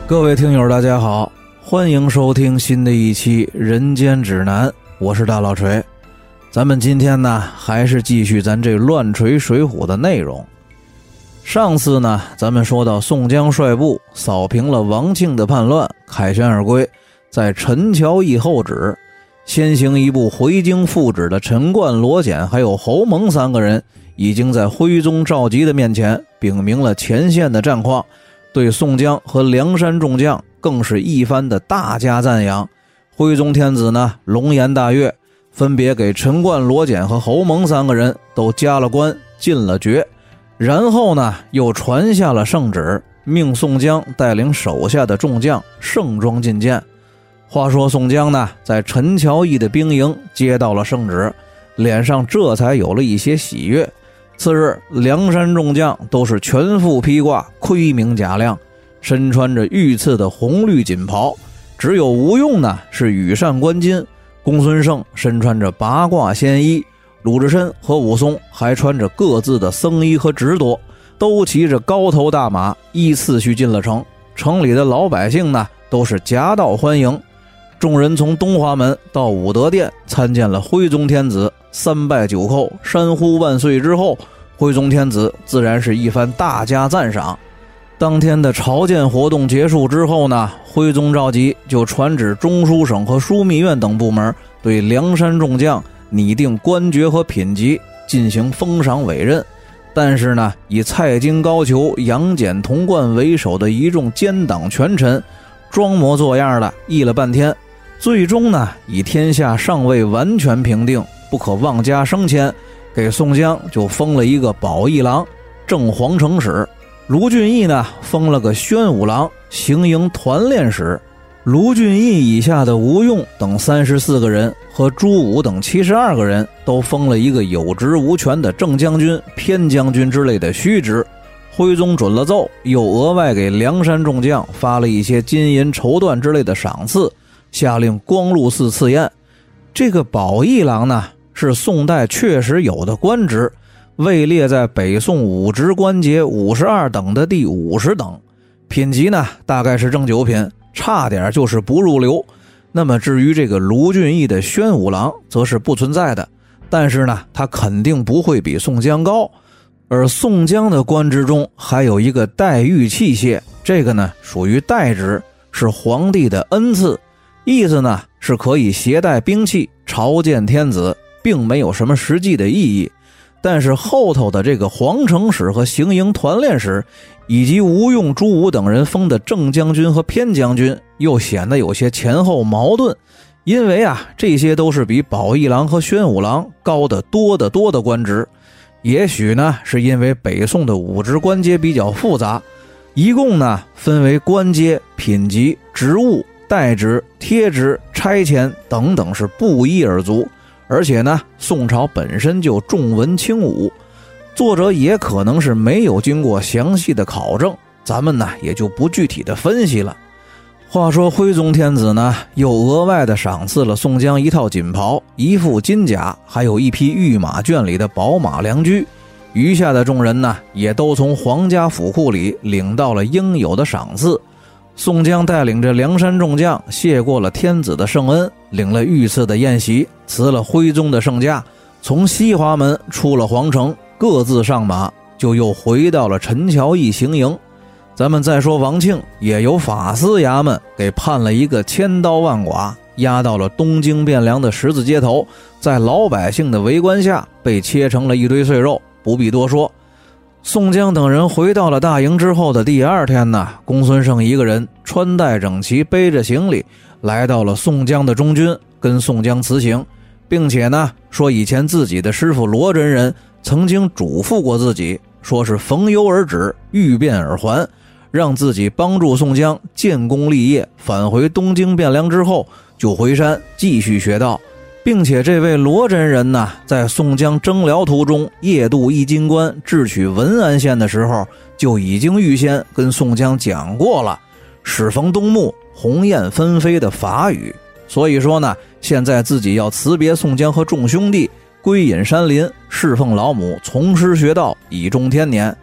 各位听友大家好，欢迎收听新的一期人间指南，我是大老锤。咱们今天呢还是继续咱这乱锤水浒的内容。上次呢咱们说到宋江率部扫平了王庆的叛乱，凯旋而归，在陈桥驿候旨，先行一步回京复旨的陈冠、罗简还有侯蒙三个人已经在徽宗赵佶的面前禀明了前线的战况，对宋江和梁山众将更是一番的大加赞扬。徽宗天子呢龙颜大悦，分别给陈冠、罗简和侯蒙三个人都加了官，进了爵，然后呢又传下了圣旨，命宋江带领手下的众将盛装进见。话说宋江呢在陈桥驿的兵营接到了圣旨，脸上这才有了一些喜悦。次日，梁山众将都是全副披挂，盔明甲亮，身穿着御赐的红绿锦袍，只有吴用呢是羽扇纶巾，公孙胜身穿着八卦仙衣，鲁智深和武松还穿着各自的僧衣和直铎，都骑着高头大马，依次序进了城。城里的老百姓呢都是夹道欢迎。众人从东华门到武德殿参见了徽宗天子，三拜九叩，山呼万岁之后，徽宗天子自然是一番大加赞赏。当天的朝见活动结束之后呢，徽宗赵佶就传旨中书省和枢密院等部门对梁山众将拟定官爵和品级，进行封赏委任。但是呢，以蔡京、高俅、杨戬、童贯为首的一众奸党权臣装模作样的议了半天，最终呢以天下尚未完全平定，不可妄加升迁，给宋江就封了一个保义郎、正皇城使。卢俊义呢封了个宣武郎、行营团练使。卢俊义以下的吴用等34个人和朱武等72个人都封了一个有职无权的正将军、偏将军之类的虚职。徽宗准了奏，又额外给梁山众将发了一些金银绸缎之类的赏赐，下令光禄寺赐宴。这个保义郎呢是宋代确实有的官职，位列在北宋武职官阶52等的第50等，品级呢大概是正九品，差点就是不入流。那么至于这个卢俊义的宣武郎则是不存在的，但是呢他肯定不会比宋江高。而宋江的官职中还有一个带玉器械，这个呢属于代职，是皇帝的恩赐，意思呢是可以携带兵器朝见天子，并没有什么实际的意义。但是后头的这个皇城使和行营团练使，以及吴用、朱武等人封的正将军和偏将军，又显得有些前后矛盾。因为这些都是比保义郎和宣武郎高得多得多的官职。也许呢是因为北宋的武职官阶比较复杂，一共呢分为官阶、品级、职务、代职、贴职、差遣等等，是不一而足。而且呢宋朝本身就重文轻武，作者也可能是没有经过详细的考证，咱们呢也就不具体的分析了。话说徽宗天子呢又额外的赏赐了宋江一套锦袍、一副金甲，还有一匹御马圈里的宝马良驹。余下的众人呢也都从皇家府库里领到了应有的赏赐。宋江带领着梁山众将谢过了天子的圣恩，领了御赐的宴席，辞了徽宗的圣驾，从西华门出了皇城，各自上马，就又回到了陈桥驿行营。咱们再说王庆也由法司衙门给判了一个千刀万剐，押到了东京汴梁的十字街头，在老百姓的围观下被切成了一堆碎肉，不必多说。宋江等人回到了大营之后的第二天呢，公孙胜一个人穿戴整齐，背着行李来到了宋江的中军，跟宋江辞行，并且呢说以前自己的师傅罗真人曾经嘱咐过自己，说是逢忧而止，遇变而还，让自己帮助宋江建功立业，返回东京汴梁之后就回山继续学道。并且这位罗真人呢，在宋江征辽途中夜渡易津关智取文安县的时候，就已经预先跟宋江讲过了适逢冬暮，鸿雁纷飞的法语。所以说呢，现在自己要辞别宋江和众兄弟，归隐山林，侍奉老母，从师学道，以终天年。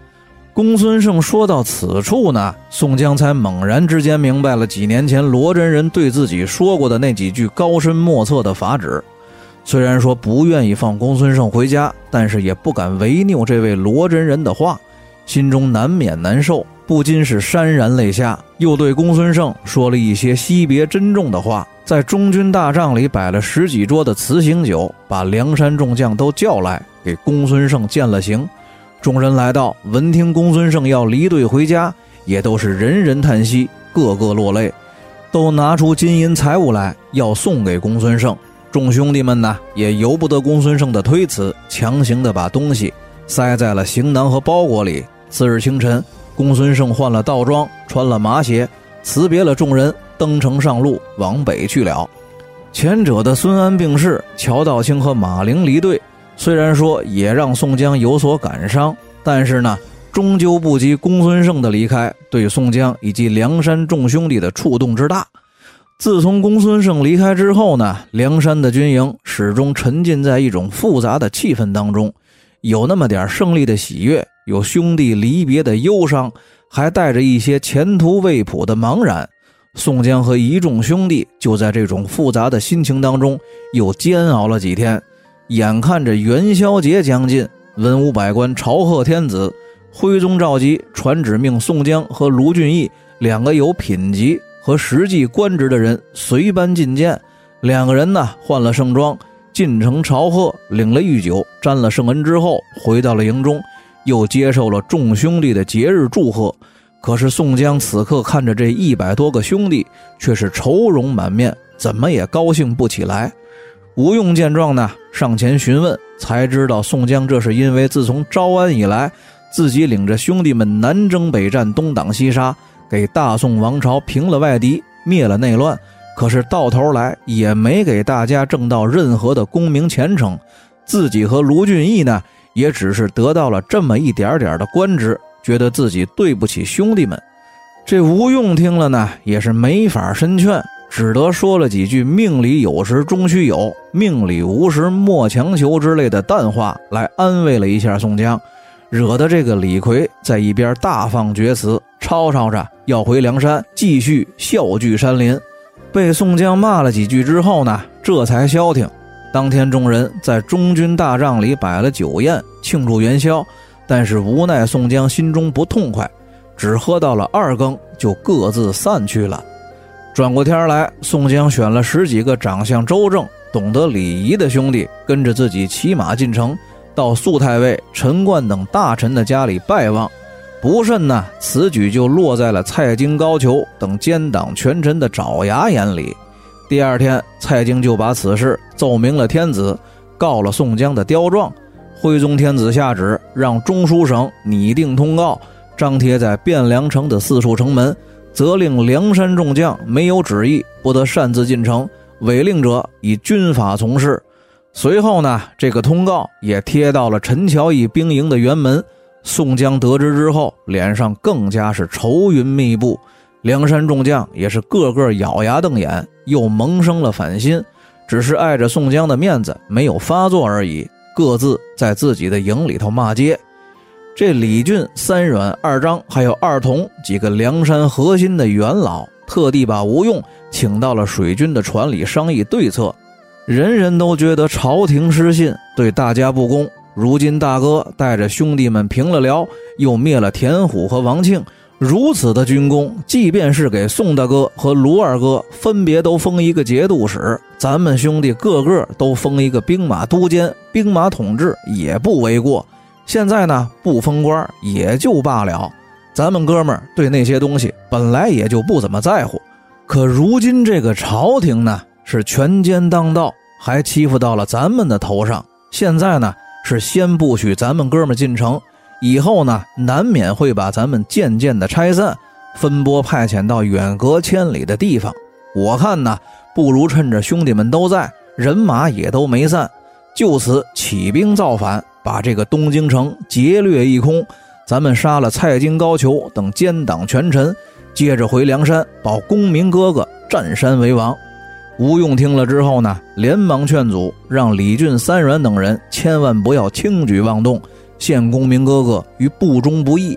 公孙胜说到此处呢，宋江才猛然之间明白了几年前罗真人对自己说过的那几句高深莫测的法旨。虽然说不愿意放公孙胜回家，但是也不敢违拗这位罗真人的话，心中难免难受，不禁是潸然泪下，又对公孙胜说了一些惜别珍重的话。在中军大帐里摆了10几桌的辞行酒，把梁山众将都叫来，给公孙胜饯了行。众人来到，闻听公孙胜要离队回家，也都是人人叹息，个个落泪，都拿出金银财物来要送给公孙胜。众兄弟们呢，也由不得公孙胜的推辞，强行的把东西塞在了行囊和包裹里。次日清晨，公孙胜换了道装，穿了马鞋，辞别了众人，登城上路，往北去了。前者的孙安病逝，乔道清和马陵离队，虽然说也让宋江有所感伤，但是呢，终究不及公孙胜的离开对宋江以及梁山众兄弟的触动之大。自从公孙胜离开之后呢，梁山的军营始终沉浸在一种复杂的气氛当中，有那么点胜利的喜悦，有兄弟离别的忧伤，还带着一些前途未卜的茫然。宋江和一众兄弟就在这种复杂的心情当中又煎熬了几天。眼看着元宵节将近，文武百官朝贺天子，徽宗召集传旨命宋江和卢俊义2个有品级和实际官职的人随班觐见。2个人呢换了盛装，进城朝贺，领了御酒，沾了圣恩之后，回到了营中，又接受了众兄弟的节日祝贺。可是宋江此刻看着这100多个兄弟，却是愁容满面，怎么也高兴不起来。吴用见状呢，上前询问，才知道宋江这是因为自从招安以来，自己领着兄弟们南征北战，东挡西杀，给大宋王朝平了外敌，灭了内乱，可是到头来也没给大家挣到任何的功名前程。自己和卢俊义呢，也只是得到了这么一点点的官职，觉得自己对不起兄弟们。这吴用听了呢，也是没法申劝，只得说了几句命里有时终须有，命里无时莫强求之类的淡话来安慰了一下宋江，惹得这个李逵在一边大放厥词，吵吵着要回梁山继续笑聚山林。被宋江骂了几句之后呢，这才消停。当天众人在中军大帐里摆了酒宴庆祝元宵，但是无奈宋江心中不痛快，只喝到了2更就各自散去了。转过天来，宋江选了10几个长相周正、懂得礼仪的兄弟，跟着自己骑马进城，到宿太尉、陈冠等大臣的家里拜望。不慎呢，此举就落在了蔡京、高俅等奸党权臣的爪牙眼里。第2天，蔡京就把此事奏明了天子，告了宋江的刁状。徽宗天子下旨，让中书省拟定通告，张贴在汴梁城的4处城门，责令梁山众将没有旨意不得擅自进城，违令者以军法从事。随后呢，这个通告也贴到了陈桥驿兵营的辕门。宋江得知之后，脸上更加是愁云密布，梁山众将也是个个咬牙瞪眼，又萌生了反心，只是碍着宋江的面子没有发作而已，各自在自己的营里头骂街。这李俊、三阮、二张还有二童几个梁山核心的元老，特地把吴用请到了水军的船里商议对策。人人都觉得朝廷失信，对大家不公。如今大哥带着兄弟们平了辽，又灭了田虎和王庆，如此的军功，即便是给宋大哥和卢二哥分别都封一个节度使，咱们兄弟个个都封一个兵马都监、兵马统制，也不为过。现在呢，不封官也就罢了，咱们哥们儿对那些东西本来也就不怎么在乎，可如今这个朝廷呢，是权奸当道，还欺负到了咱们的头上。现在呢，是先不许咱们哥们进城，以后呢，难免会把咱们渐渐的拆散，分拨派遣到远隔千里的地方。我看呢，不如趁着兄弟们都在，人马也都没散，就此起兵造反，把这个东京城劫掠一空。咱们杀了蔡京、高俅等奸党权臣，接着回梁山保公明哥哥占山为王。吴用听了之后呢，连忙劝阻，让李俊、三阮等人千万不要轻举妄动，陷公明哥哥于不忠不义。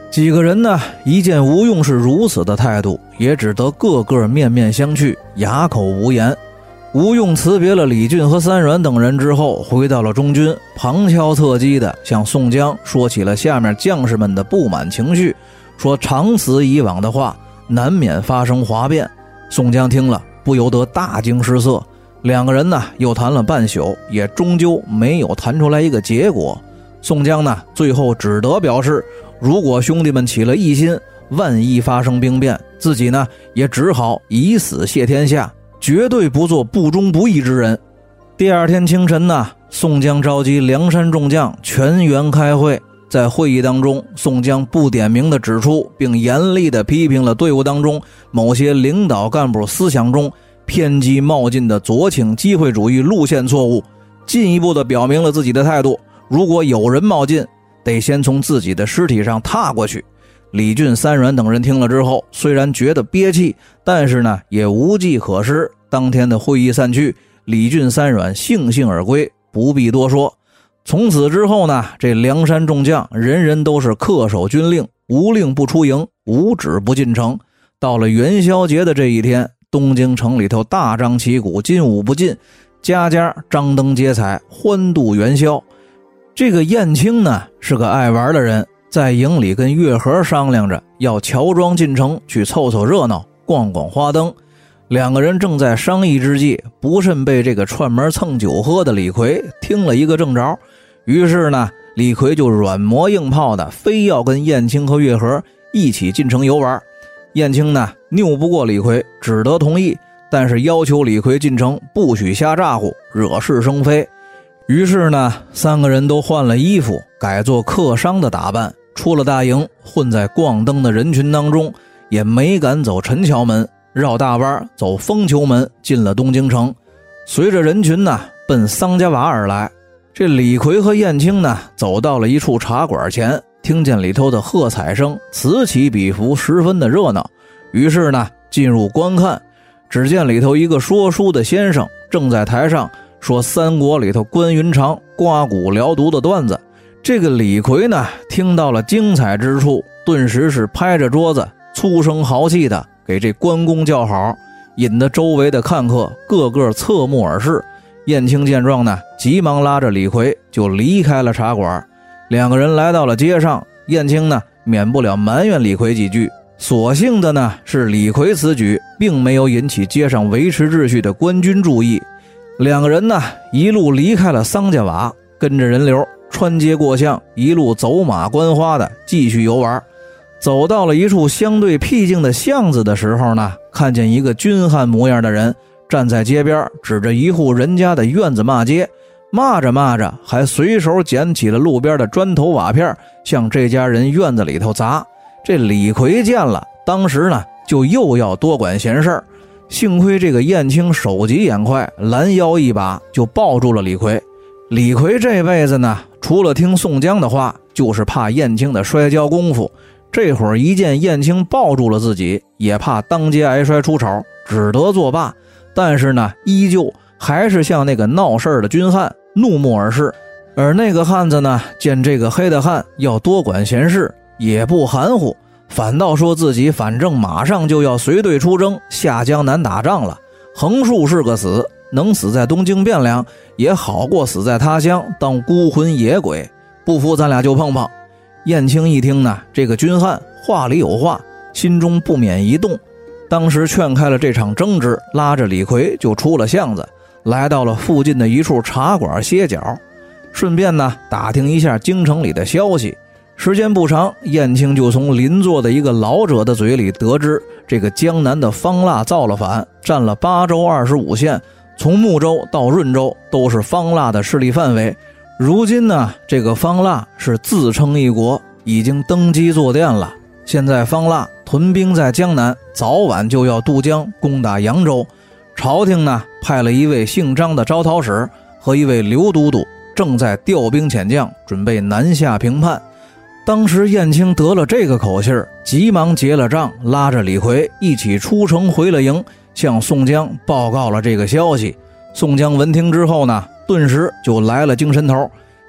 几个人呢，一见吴用是如此的态度，也只得个个面面相觑，哑口无言。吴用辞别了李俊和三阮等人之后，回到了中军，旁敲侧击地向宋江说起了下面将士们的不满情绪，说长此以往的话，难免发生哗变。宋江听了不由得大惊失色，两个人呢又谈了半宿，也终究没有谈出来一个结果。宋江呢最后只得表示，如果兄弟们起了异心，万一发生兵变，自己呢也只好以死谢天下，绝对不做不忠不义之人。第二天清晨呢，宋江召集梁山众将全员开会。在会议当中，宋江不点名地指出，并严厉地批评了队伍当中某些领导干部思想中偏激冒进的左倾机会主义路线错误，进一步地表明了自己的态度，如果有人冒进，得先从自己的尸体上踏过去。李俊、三阮等人听了之后，虽然觉得憋气，但是呢也无计可施。当天的会议散去，李俊、三阮悻悻而归，不必多说。从此之后呢，这梁山众将人人都是恪守军令，无令不出营，无旨不进城。到了元宵节的这一天，东京城里头大张旗鼓，金舞不尽，家家张灯结彩，欢度元宵。这个燕青呢是个爱玩的人，在营里跟月和商量着要乔装进城去凑凑热闹，逛逛花灯。两个人正在商议之际，不慎被这个串门蹭酒喝的李逵听了一个正着。于是呢，李逵就软磨硬泡的非要跟燕青和月和一起进城游玩。燕青呢拗不过李逵，只得同意，但是要求李逵进城不许瞎咋呼，惹是生非。于是呢，三个人都换了衣服，改做客商的打扮，出了大营，混在逛灯的人群当中，也没敢走陈桥门，绕大弯走丰丘门，进了东京城。随着人群呢奔桑家洼而来。这李逵和燕青呢走到了一处茶馆前，听见里头的喝彩声此起彼伏，十分的热闹。于是呢进入观看，只见里头一个说书的先生正在台上说三国里头关云长刮骨疗毒的段子。这个李逵呢听到了精彩之处，顿时是拍着桌子粗声豪气的给这关公叫好，引得周围的看客个个侧目而视。燕青见状呢，急忙拉着李逵就离开了茶馆。两个人来到了街上，燕青呢免不了埋怨李逵几句。所幸的呢是李逵此举并没有引起街上维持秩序的官军注意。两个人呢一路离开了桑家洼，跟着人流穿街过巷，一路走马观花的继续游玩。走到了一处相对僻静的巷子的时候呢，看见一个军汉模样的人站在街边，指着一户人家的院子骂街，骂着骂着还随手捡起了路边的砖头瓦片，向这家人院子里头砸。这李逵见了，当时呢就又要多管闲事儿，幸亏这个燕青手疾眼快，拦腰一把就抱住了李逵。李逵这辈子呢除了听宋江的话，就是怕燕青的摔跤功夫。这会儿一见燕青抱住了自己，也怕当街挨摔出丑，只得作罢。但是呢依旧还是向那个闹事的军汉怒目而视。而那个汉子呢见这个黑的汉要多管闲事，也不含糊，反倒说自己反正马上就要随队出征下江南打仗了，横竖是个死，能死在东京汴梁也好过死在他乡当孤魂野鬼，不服咱俩就碰碰。燕青一听呢，这个军汉话里有话，心中不免一动，当时劝开了这场争执，拉着李逵就出了巷子，来到了附近的一处茶馆歇脚，顺便呢打听一下京城里的消息。时间不长，燕青就从邻座的一个老者的嘴里得知，这个江南的方腊造了反，占了8州25县，从睦州到润州都是方腊的势力范围。如今呢，这个方腊是自称一国，已经登基坐殿了。现在方腊屯兵在江南，早晚就要渡江攻打扬州。朝廷呢派了一位姓张的招讨使和一位刘都督，正在调兵遣将，准备南下平叛。当时燕青得了这个口信，急忙结了账，拉着李逵一起出城回了营，向宋江报告了这个消息。宋江闻听之后呢，顿时就来了精神头，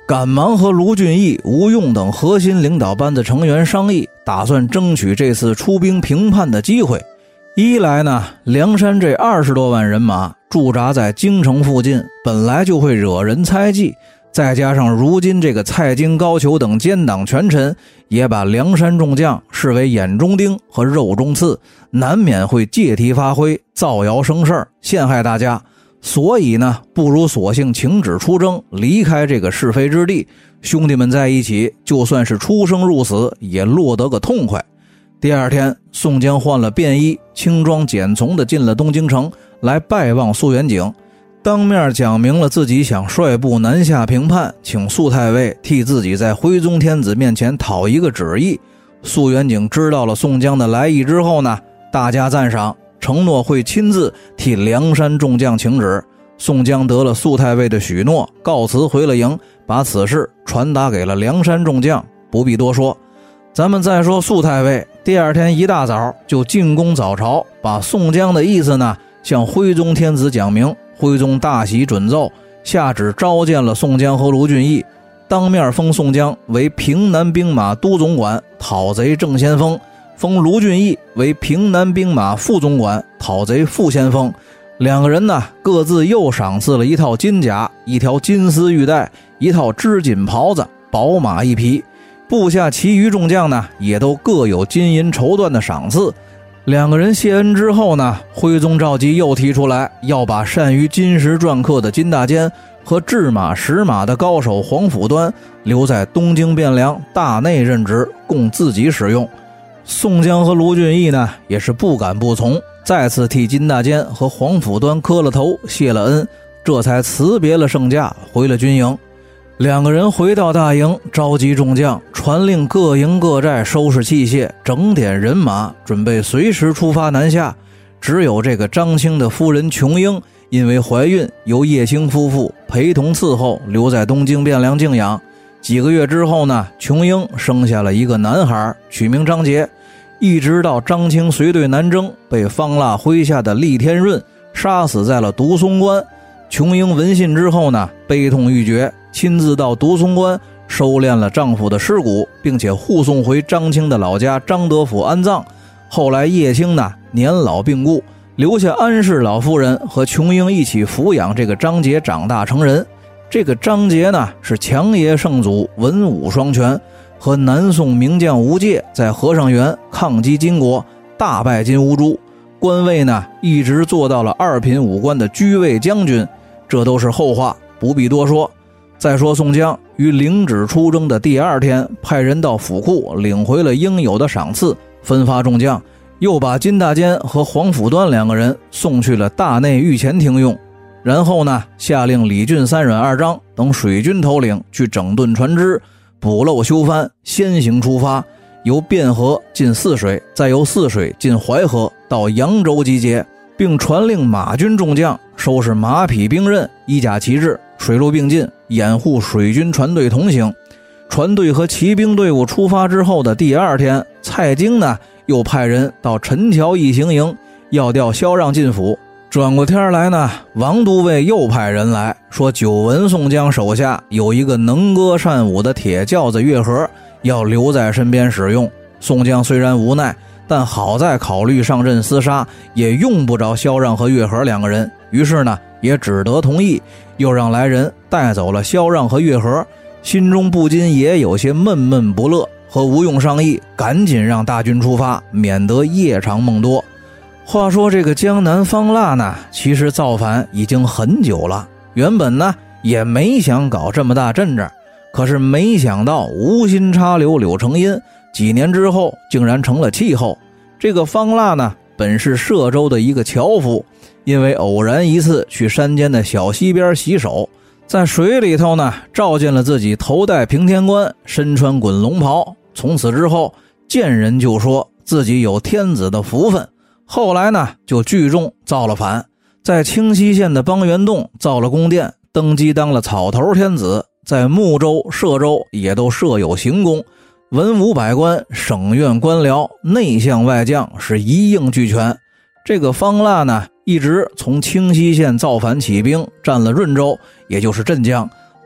赶忙和卢俊义、吴用等核心领导班子成员商议，打算争取这次出兵平叛的机会。一来呢，梁山这20多万人马驻扎在京城附近，本来就会惹人猜忌，再加上如今这个蔡京、高俅等奸党权臣也把梁山众将视为眼中钉和肉中刺，难免会借题发挥，造谣生事，陷害大家。所以呢，不如索性请旨出征，离开这个是非之地，兄弟们在一起，就算是出生入死也落得个痛快。第二天，宋江换了便衣，轻装简从地进了东京城，来拜望苏元景，当面讲明了自己想率部南下平叛，请苏太尉替自己在徽宗天子面前讨一个旨意。苏元景知道了宋江的来意之后呢，大加赞赏，承诺会亲自替梁山众将请旨。宋江得了苏太尉的许诺，告辞回了营，把此事传达给了梁山众将。不必多说，咱们再说苏太尉，第二天一大早就进宫早朝，把宋江的意思呢向徽宗天子讲明。徽宗大喜准奏，下旨召见了宋江和卢俊义，当面封宋江为平南兵马都总管、讨贼正先锋，封卢俊义为平南兵马副总管、讨贼副先锋。两个人呢，各自又赏赐了一套金甲、一条金丝玉带、一套织锦袍子、宝马一匹。部下其余众将呢，也都各有金银绸缎的赏赐。两个人谢恩之后呢，徽宗赵佶又提出来要把善于金石篆刻的金大坚和制马识马的高手黄甫端留在东京汴梁大内任职，供自己使用。宋江和卢俊义呢，也是不敢不从，再次替金大坚和黄甫端磕了头，谢了恩，这才辞别了圣驾，回了军营。两个人回到大营，召集众将，传令各营各寨收拾器械，整点人马，准备随时出发南下。只有这个张青的夫人琼英因为怀孕，由叶青夫妇陪同伺候，留在东京汴梁静养。几个月之后呢，琼英生下了一个男孩，取名张杰。一直到张青随队南征，被方腊麾下的厉天润杀死在了独松关。琼英闻信之后呢，悲痛欲绝，亲自到独松关收敛了丈夫的尸骨，并且护送回张青的老家张德府安葬。后来叶青呢年老病故，留下安氏老夫人和琼英一起抚养这个张杰长大成人。这个张杰呢是强爷圣祖，文武双全，和南宋名将吴玠在和尚原抗击金国，大败金兀术，官位呢一直做到了2品武官的居尉将军。这都是后话，不必多说。再说宋江于领旨出征的第2天，派人到府库领回了应有的赏赐，分发众将，又把金大坚和黄甫端两个人送去了大内御前厅用。然后呢，下令李俊、三阮、二张等水军头领去整顿船只，补漏修帆，先行出发，由汴河进泗水，再由泗水进淮河，到扬州集结，并传令马军众将收拾马匹兵刃，衣甲旗帜，水陆并进，掩护水军船队同行。船队和骑兵队伍出发之后的第2天，蔡京呢又派人到陈桥一行营，要调萧让进府。转过天来呢，王都尉又派人来说，久闻宋江手下有一个能歌善舞的铁轿子月河，要留在身边使用。宋江虽然无奈，但好在考虑上阵厮杀，也用不着萧让和月河两个人，于是呢也只得同意，又让来人带走了萧让和月河，心中不禁也有些闷闷不乐，和吴用商议，赶紧让大军出发，免得夜长梦多。话说这个江南方腊呢，其实造反已经很久了，原本呢也没想搞这么大阵仗，可是没想到无心插柳柳成荫，几年之后竟然成了气候。这个方腊呢本是歙州的一个樵夫，因为偶然一次去山间的小溪边洗手，在水里头呢照见了自己头戴平天冠，身穿滚龙袍，从此之后见人就说自己有天子的福分。后来呢就聚众造了反，在清溪县的邦元洞造了宫殿，登基当了草头天子，在睦州、歙州也都设有行宫，文武百官、省院官僚、内相外将是一应俱全。这个方腊呢一直从清溪县造反起兵，占了润州，也就是镇江，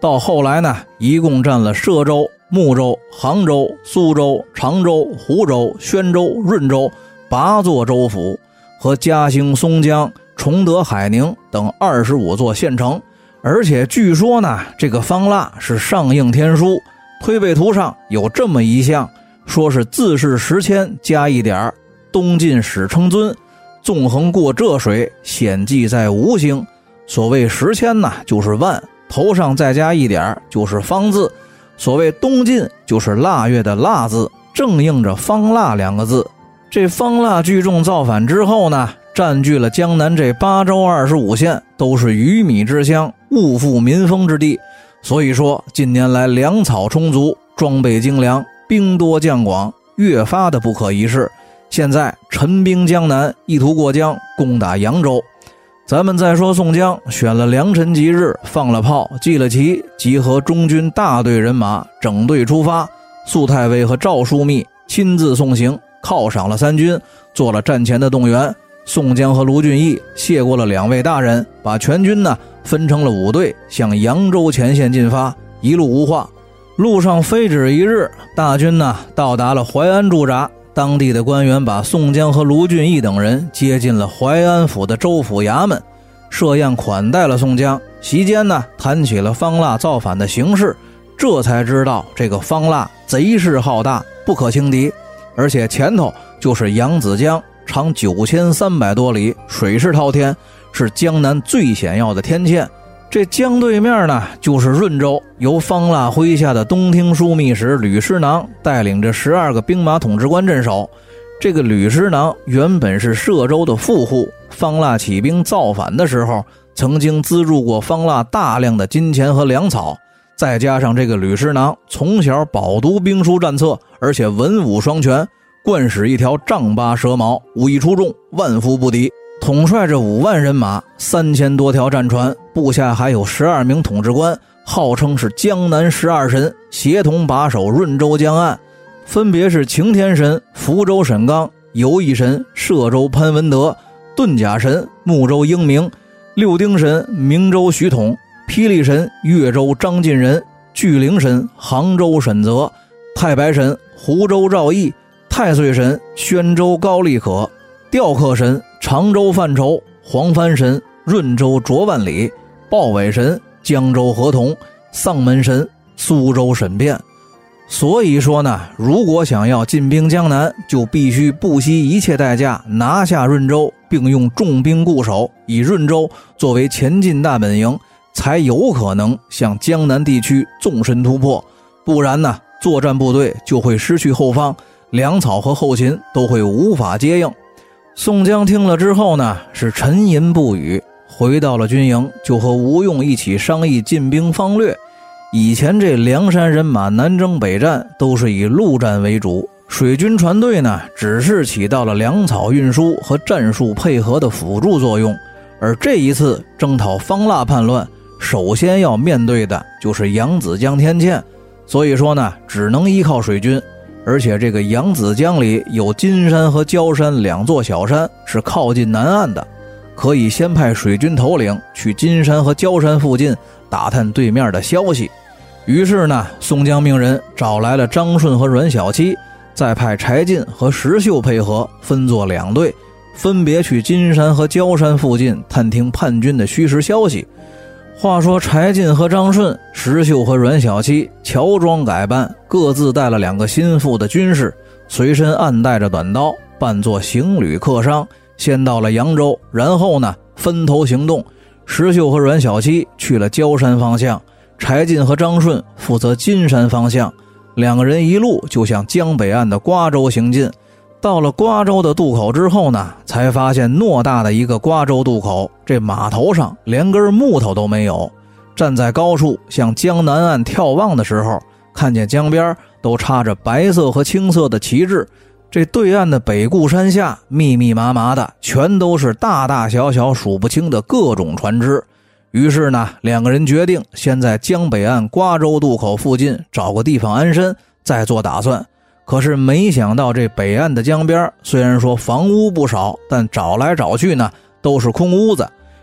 到后来呢，一共占了歙州、睦州、杭州、苏州、常州、湖州、宣州、润州8座州府和嘉兴、松江、崇德、海宁等25座县城。而且据说呢，这个方腊是上应天书，推背图上有这么一项，说是自是10千加一点，东晋始称尊，纵横过浙水，显迹在吴兴。所谓10千呢，就是万，头上再加一点就是方字。所谓东晋就是腊月的腊字，正应着方腊2个字。这方腊聚众造反之后呢，占据了江南这8州25县，都是鱼米之乡，物富民丰之地。所以说近年来粮草充足，装备精良，兵多将广，越发的不可一世。现在陈兵江南，意图过江攻打扬州。咱们再说宋江选了良辰吉日，放了炮，祭了旗，集合中军大队人马，整队出发。肃太尉和赵枢密亲自送行，犒赏了3军，做了战前的动员。宋江和卢俊义谢过了2位大人，把全军呢分成了5队，向扬州前线进发，一路无话。路上非止1日，大军呢到达了淮安驻扎。当地的官员把宋江和卢俊义等人接进了淮安府的州府衙门，设宴款待了宋江。席间呢，谈起了方腊造反的形势，这才知道这个方腊贼势浩大，不可轻敌，而且前头就是扬子江，长9300多里，水势滔天，是江南最险要的天堑。这江对面呢，就是润州，由方腊麾下的东厅枢密使吕师囊带领着12个兵马统制官镇守。这个吕师囊原本是歙州的富户，方腊起兵造反的时候，曾经资助过方腊大量的金钱和粮草。再加上这个吕师囊从小饱读兵书战策，而且文武双全，惯使一条丈八蛇矛，武艺出众，万夫不敌。统帅着5万人马，3000多条战船，部下还有12名统治官，号称是江南12神，协同把守润州江岸，分别是擎天神、福州沈刚、游艺神、歙州潘文德、遁甲神、睦州英明、六丁神、明州徐统、霹雳神、越州张进仁、巨灵神、杭州沈泽、太白神、湖州赵毅、太岁神、宣州高立可、吊客神、常州范畴、黄帆神、润州卓万里、豹尾神、江州何同、丧门神、苏州沈辩。所以说呢，如果想要进兵江南，就必须不惜一切代价拿下润州，并用重兵固守，以润州作为前进大本营，才有可能向江南地区纵深突破。不然呢，作战部队就会失去后方，粮草和后勤都会无法接应。宋江听了之后呢，是沉吟不语，回到了军营，就和吴用一起商议进兵方略。以前这梁山人马南征北战都是以陆战为主，水军船队呢只是起到了粮草运输和战术配合的辅助作用。而这一次征讨方腊叛乱，首先要面对的就是扬子江天堑，所以说呢，只能依靠水军。而且这个扬子江里有金山和焦山2座小山，是靠近南岸的，可以先派水军头领去金山和焦山附近打探对面的消息。于是呢，宋江命人找来了张顺和阮小七，再派柴进和石秀配合，分作2队，分别去金山和焦山附近探听叛军的虚实消息。话说柴进和张顺、石秀和阮小七乔装改扮，各自带了2个心腹的军士，随身暗带着短刀，扮作行旅客商，先到了扬州，然后呢分头行动。石秀和阮小七去了焦山方向，柴进和张顺负责金山方向，2个人一路就向江北岸的瓜州行进。到了瓜州的渡口之后呢，才发现偌大的一个瓜州渡口，这码头上连根木头都没有。站在高处向江南岸眺望的时候，看见江边都插着白色和青色的旗帜，这对岸的北固山下密密麻麻的全都是大大小小数不清的各种船只。于是呢，2个人决定先在江北岸瓜州渡口附近找个地方安身，再做打算。可是没想到这北岸的江边虽然说房屋不少，但找来找去呢都是空屋子。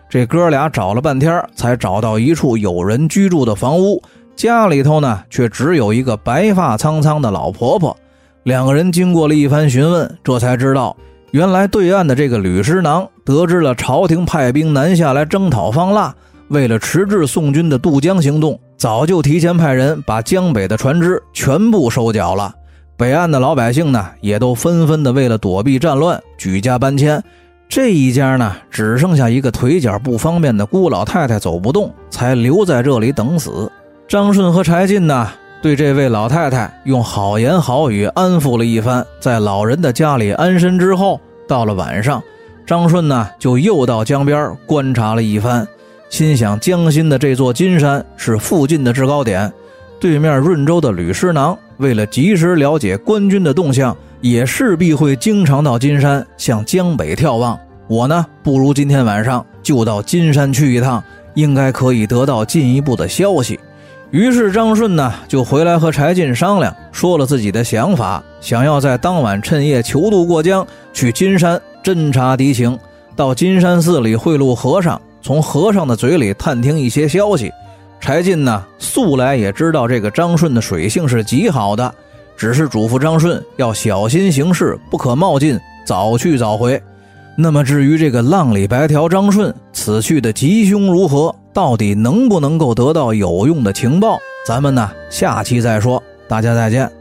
这哥俩找了半天才找到一处有人居住的房屋，家里头呢却只有一个白发苍苍的老婆婆。两个人经过了一番询问，这才知道原来对岸的这个吕师囊得知了朝廷派兵南下来征讨方腊，为了迟滞宋军的渡江行动，早就提前派人把江北的船只全部收缴了。北岸的老百姓呢也都纷纷的为了躲避战乱举家搬迁，这一家呢只剩下一个腿脚不方便的孤老太太走不动，才留在这里等死。张顺和柴进呢对这位老太太用好言好语安抚了一番，在老人的家里安身之后，到了晚上，张顺呢就又到江边观察了一番，心想江心的这座金山是附近的制高点，对面润州的吕师囊为了及时了解官军的动向，也势必会经常到金山向江北眺望。我呢不如今天晚上就到金山去一趟，应该可以得到进一步的消息。于是张顺呢就回来和柴进商量，说了自己的想法，想要在当晚趁夜求渡过江，去金山侦察敌情，到金山寺里贿赂和尚，从和尚的嘴里探听一些消息。柴进呢素来也知道这个张顺的水性是极好的，只是嘱咐张顺要小心行事，不可冒进，早去早回。那么至于这个浪里白条张顺此去的吉凶如何，到底能不能够得到有用的情报，咱们呢下期再说。大家再见。